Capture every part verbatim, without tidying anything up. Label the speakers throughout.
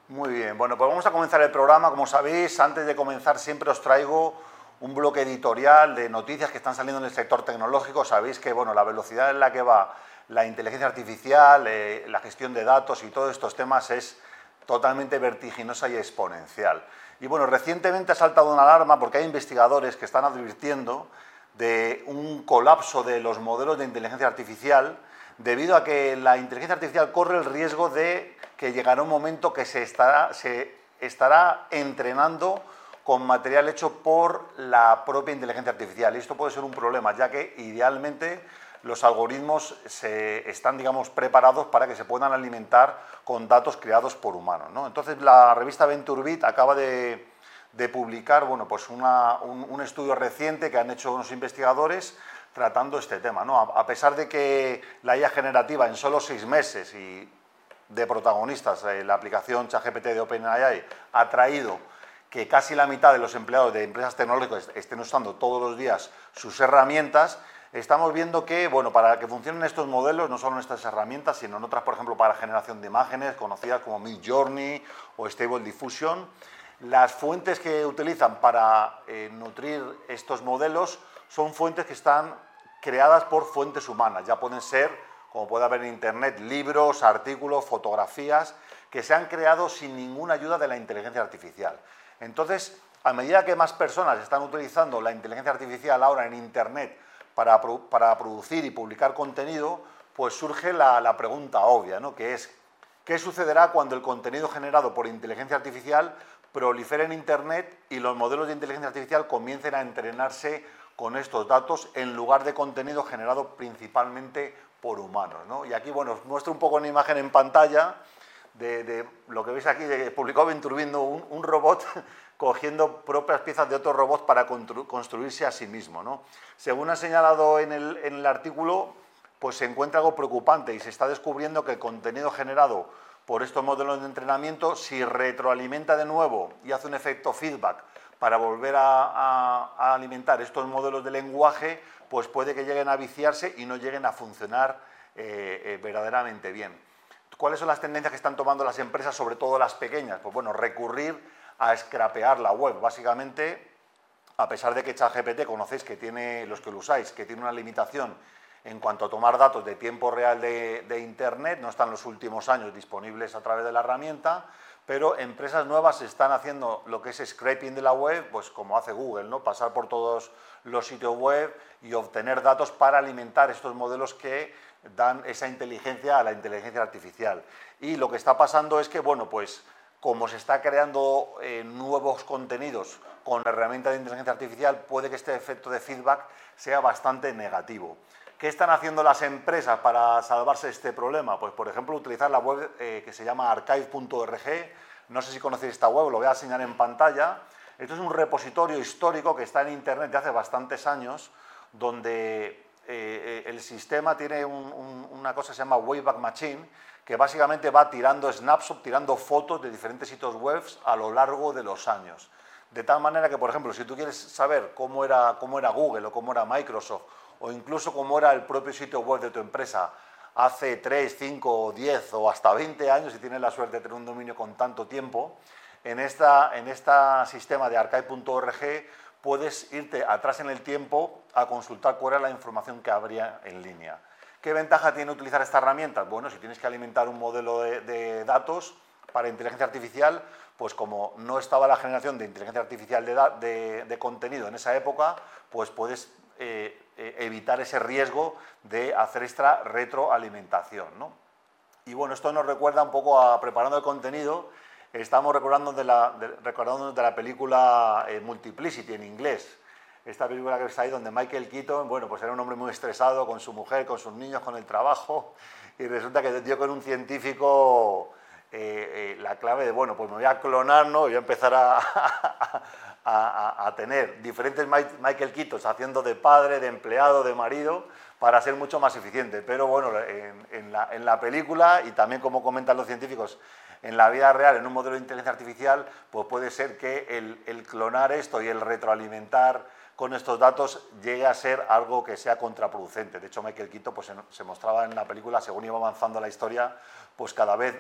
Speaker 1: Muy bien, bueno, pues vamos a comenzar el programa. Como sabéis, antes de comenzar siempre os traigo un bloque editorial de noticias que están saliendo en el sector tecnológico. Sabéis que, bueno, la velocidad en la que va la inteligencia artificial, eh, la gestión de datos y todos estos temas es totalmente vertiginosa y exponencial. Y bueno, recientemente ha saltado una alarma porque hay investigadores que están advirtiendo de un colapso de los modelos de inteligencia artificial debido a que la inteligencia artificial corre el riesgo de que llegará un momento que se estará, se estará entrenando con material hecho por la propia inteligencia artificial. Y esto puede ser un problema, ya que idealmente los algoritmos se están, digamos, preparados para que se puedan alimentar con datos creados por humanos, ¿no? Entonces, la revista VentureBeat acaba de, de publicar, bueno, pues una, un, un estudio reciente que han hecho unos investigadores tratando este tema, ¿no? A, a pesar de que la I A generativa en solo seis meses y de protagonistas, eh, la aplicación ChatGPT de OpenAI ha traído que casi la mitad de los empleados de empresas tecnológicas estén usando todos los días sus herramientas, estamos viendo que, bueno, para que funcionen estos modelos, no solo en estas herramientas, sino en otras, por ejemplo, para generación de imágenes, conocidas como Midjourney o Stable Diffusion, las fuentes que utilizan para eh, nutrir estos modelos son fuentes que están creadas por fuentes humanas. Ya pueden ser, como puede haber en Internet, libros, artículos, fotografías, que se han creado sin ninguna ayuda de la inteligencia artificial. Entonces, a medida que más personas están utilizando la inteligencia artificial ahora en Internet para, para producir y publicar contenido, pues surge la, la pregunta obvia, ¿no? Que es, ¿qué sucederá cuando el contenido generado por inteligencia artificial prolifere en Internet y los modelos de inteligencia artificial comiencen a entrenarse con estos datos en lugar de contenido generado principalmente por humanos, ¿no? Y aquí, bueno, os muestro un poco una imagen en pantalla de, de lo que veis aquí, de, publicó VentureBeat, un, un robot cogiendo propias piezas de otros robots para construirse a sí mismo, ¿no? Según ha señalado en el, en el artículo, pues se encuentra algo preocupante y se está descubriendo que el contenido generado por estos modelos de entrenamiento, si retroalimenta de nuevo y hace un efecto feedback para volver a, a, a alimentar estos modelos de lenguaje, pues puede que lleguen a viciarse y no lleguen a funcionar eh, eh, verdaderamente bien. ¿Cuáles son las tendencias que están tomando las empresas, sobre todo las pequeñas? Pues bueno, recurrir a scrapear la web. Básicamente, a pesar de que ChatGPT, conocéis que tiene, los que lo usáis, que tiene una limitación en cuanto a tomar datos de tiempo real de, de Internet, no están los últimos años disponibles a través de la herramienta, pero empresas nuevas están haciendo lo que es scraping de la web, pues como hace Google, ¿no? Pasar por todos los sitios web y obtener datos para alimentar estos modelos que dan esa inteligencia a la inteligencia artificial. Y lo que está pasando es que, bueno, pues como se está creando eh, nuevos contenidos con herramientas de inteligencia artificial, puede que este efecto de feedback sea bastante negativo. ¿Qué están haciendo las empresas para salvarse de este problema? Pues, por ejemplo, utilizar la web eh, que se llama archive punto org. No sé si conocéis esta web, lo voy a enseñar en pantalla. Esto es un repositorio histórico que está en Internet de hace bastantes años, donde eh, el sistema tiene un, un, una cosa que se llama Wayback Machine, que básicamente va tirando snapshots, tirando fotos de diferentes sitios web a lo largo de los años. De tal manera que, por ejemplo, si tú quieres saber cómo era, cómo era Google o cómo era Microsoft, o incluso cómo era el propio sitio web de tu empresa hace tres, cinco, diez o hasta veinte años, si tienes la suerte de tener un dominio con tanto tiempo, en esta, en este sistema de archive punto org puedes irte atrás en el tiempo a consultar cuál era la información que habría en línea. ¿Qué ventaja tiene utilizar esta herramienta? Bueno, si tienes que alimentar un modelo de, de datos para inteligencia artificial, pues como no estaba la generación de inteligencia artificial de, de, de contenido en esa época, pues puedes eh, eh, evitar ese riesgo de hacer esta retroalimentación, ¿no? Y bueno, esto nos recuerda un poco a preparando el contenido. Estamos recordando de la, de, recordándonos de la película eh, Multiplicity en inglés. Esta película que está ahí donde Michael Keaton, bueno, pues era un hombre muy estresado con su mujer, con sus niños, con el trabajo, y resulta que dio con un científico eh, eh, la clave de, bueno, pues me voy a clonar, ¿no? Voy a empezar a, a, a, a tener diferentes Michael Keatons haciendo de padre, de empleado, de marido, para ser mucho más eficiente. Pero bueno, en, en, la, en la película, y también como comentan los científicos, en la vida real, en un modelo de inteligencia artificial, pues puede ser que el, el clonar esto y el retroalimentar con estos datos llegue a ser algo que sea contraproducente. De hecho, Michael Keaton pues, se mostraba en la película, según iba avanzando la historia, pues cada vez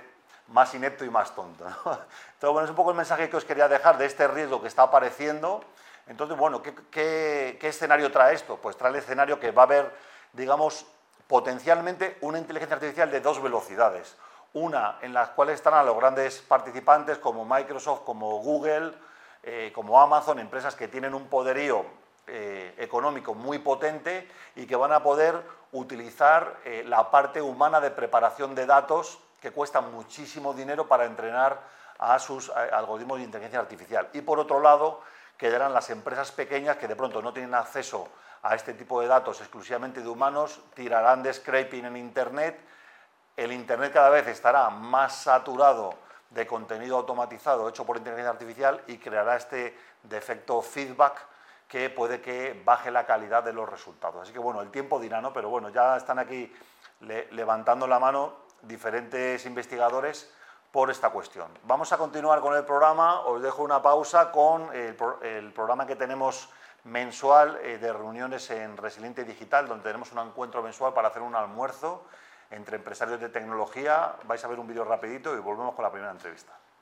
Speaker 1: más inepto y más tonto, ¿no? Entonces, bueno, es un poco el mensaje que os quería dejar de este riesgo que está apareciendo. Entonces, bueno, ¿qué, qué, qué escenario trae esto? Pues trae el escenario que va a haber, digamos, potencialmente una inteligencia artificial de dos velocidades. Una en las cuales están a los grandes participantes como Microsoft, como Google, eh, como Amazon, empresas que tienen un poderío eh, económico muy potente y que van a poder utilizar eh, la parte humana de preparación de datos que cuesta muchísimo dinero para entrenar a sus a, algoritmos de inteligencia artificial. Y por otro lado, quedarán las empresas pequeñas que de pronto no tienen acceso a este tipo de datos exclusivamente de humanos, tirarán de scraping en Internet. El Internet cada vez estará más saturado de contenido automatizado hecho por inteligencia artificial y creará este defecto feedback que puede que baje la calidad de los resultados. Así que bueno, el tiempo dirá, ¿no? Pero bueno, ya están aquí le, levantando la mano diferentes investigadores por esta cuestión. Vamos a continuar con el programa, os dejo una pausa con el, pro, el programa que tenemos mensual eh, de reuniones en Resiliente Digital, donde tenemos un encuentro mensual para hacer un almuerzo entre empresarios de tecnología. Vais a ver un vídeo rapidito y volvemos con la primera entrevista.